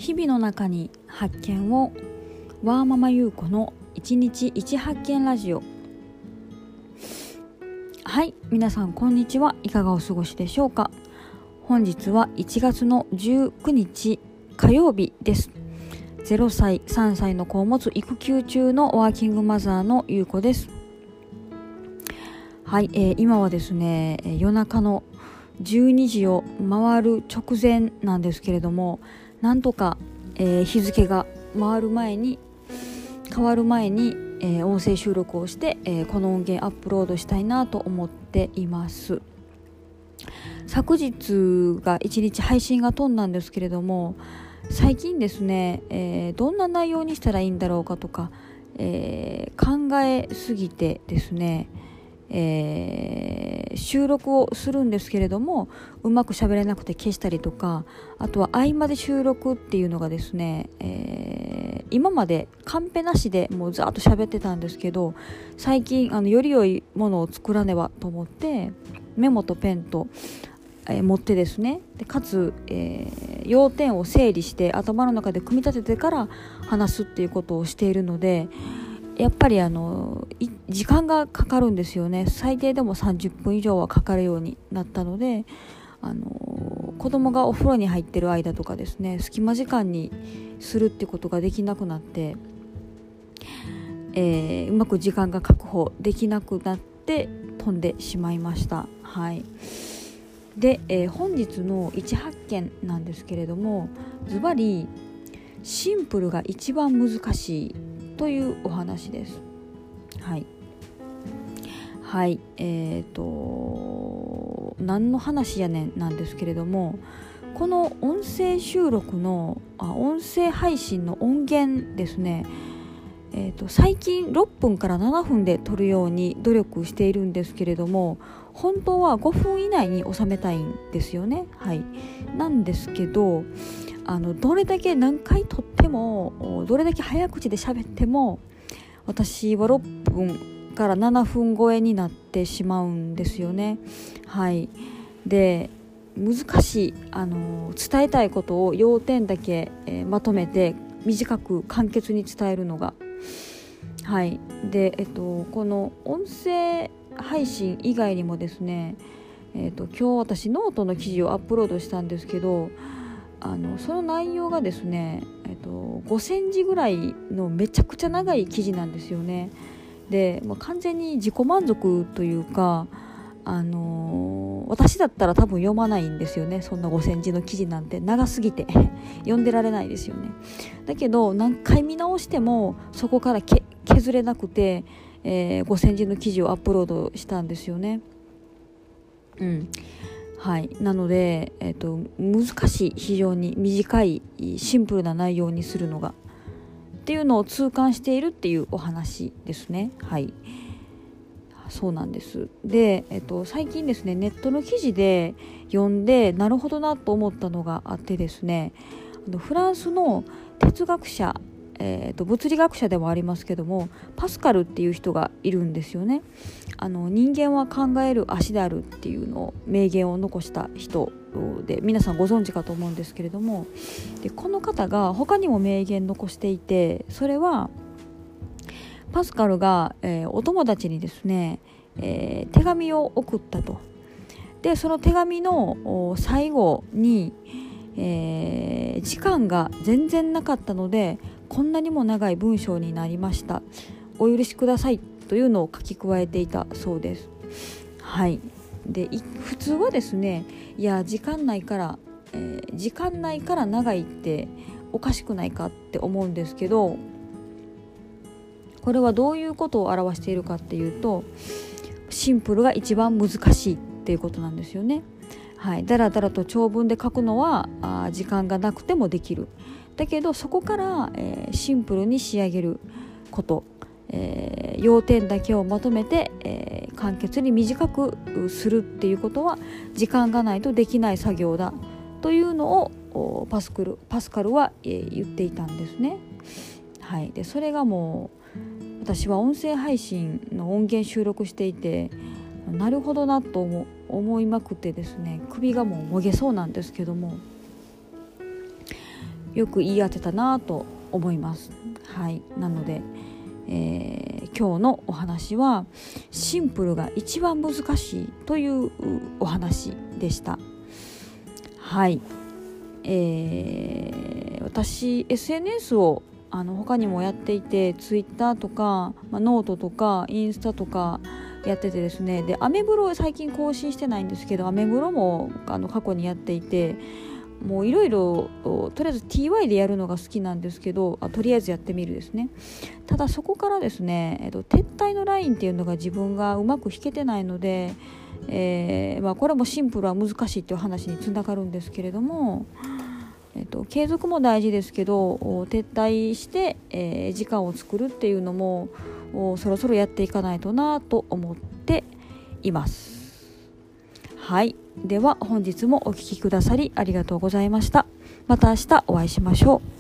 日々の中に発見を、ワーママゆうこの1日1発見ラジオ。はい、皆さんこんにちは。いかがお過ごしでしょうか。本日は1月の19日火曜日です。0歳3歳の子を持つ育休中のワーキングマザーのゆうこです。はい、今はですね、夜中の12時を回る直前なんですけれども、なんとか、日付が変わる前に、音声収録をして、この音源アップロードしたいなと思っています。昨日が1日配信が飛んだんですけれども、最近ですね、どんな内容にしたらいいんだろうかとか、考えすぎてですね、収録をするんですけれども、うまく喋れなくて消したりとか、あとは合間で収録っていうのがですね、今までカンペなしでもうざーっと喋ってたんですけど、最近より良いものを作らねばと思ってメモとペンと、持ってですね、でかつ、要点を整理して頭の中で組み立ててから話すっていうことをしているので、やっぱり時間がかかるんですよね。最低でも30分以上はかかるようになったので、子供がお風呂に入ってる間とかですね、隙間時間にするってことができなくなって、うまく時間が確保できなくなって飛んでしまいました。はい。で、本日の1発見なんですけれども、ズバリシンプルが一番難しいというお話です。はい。はい。何の話やねんなんですけれども、この音声収録の音声配信の音源ですね、最近6分から7分で撮るように努力しているんですけれども、本当は5分以内に収めたいんですよね。はい。なんですけど、どれだけ何回撮っても、どれだけ早口で喋っても、私は6分から7分超えになってしまうんですよね。はい。で、難しい、伝えたいことを要点だけ、まとめて短く簡潔に伝えるのが、はい。で、この音声配信以外にもですね、今日私ノートの記事をアップロードしたんですけど、その内容がですね、5センチぐらいのめちゃくちゃ長い記事なんですよね。で、完全に自己満足というか、私だったら多分読まないんですよね。そんな5センチの記事なんて長すぎて読んでられないですよね。だけど何回見直してもそこから削れなくて、5センチの記事をアップロードしたんですよね。はい。なので、難しい、非常に短いシンプルな内容にするのがっていうのを痛感しているっていうお話ですね。はい。そうなんです。で、最近ですね、ネットの記事で読んでなるほどなと思ったのがあってですね、フランスの哲学者、物理学者でもありますけども、パスカルっていう人がいるんですよね。人間は考える足であるっていうのを名言を残した人で、皆さんご存知かと思うんですけれども、でこの方が他にも名言残していて、それはパスカルが、お友達にですね、手紙を送ったと。でその手紙の最後に、時間が全然なかったのでこんなにも長い文章になりました、お許しくださいというのを書き加えていたそうです。はい。で普通はですね、いや時間ないから、長いっておかしくないかって思うんですけど、これはどういうことを表しているかっていうと、シンプルが一番難しいっていうことなんですよね。はい。だらだらと長文で書くのは時間がなくてもできる。だけどそこから、シンプルに仕上げること、要点だけをまとめて、簡潔に短くするっていうことは時間がないとできない作業だというのをパスカルは、言っていたんですね。はい。でそれがもう私は音声配信の音源収録していて、なるほどなと思いまくってですね、首がもうもげそうなんですけども、 よく言い当てたなと思います。はい、なので、今日のお話はシンプルが一番難しいというお話でした。はい、私 SNS を他にもやっていて、ツイッターとか、ノートとかインスタとかやっててですね、でアメブロ最近更新してないんですけど、アメブロも過去にやっていて、もういろいろとりあえず TY でやるのが好きなんですけど、とりあえずやってみるですね。ただそこからですね、撤退のラインっていうのが自分がうまく弾けてないので、これもシンプルは難しいっていう話につながるんですけれども、継続も大事ですけど、撤退して、時間を作るっていうのもそろそろやっていかないとなと思っています。はい、では本日もお聞きくださりありがとうございました。また明日お会いしましょう。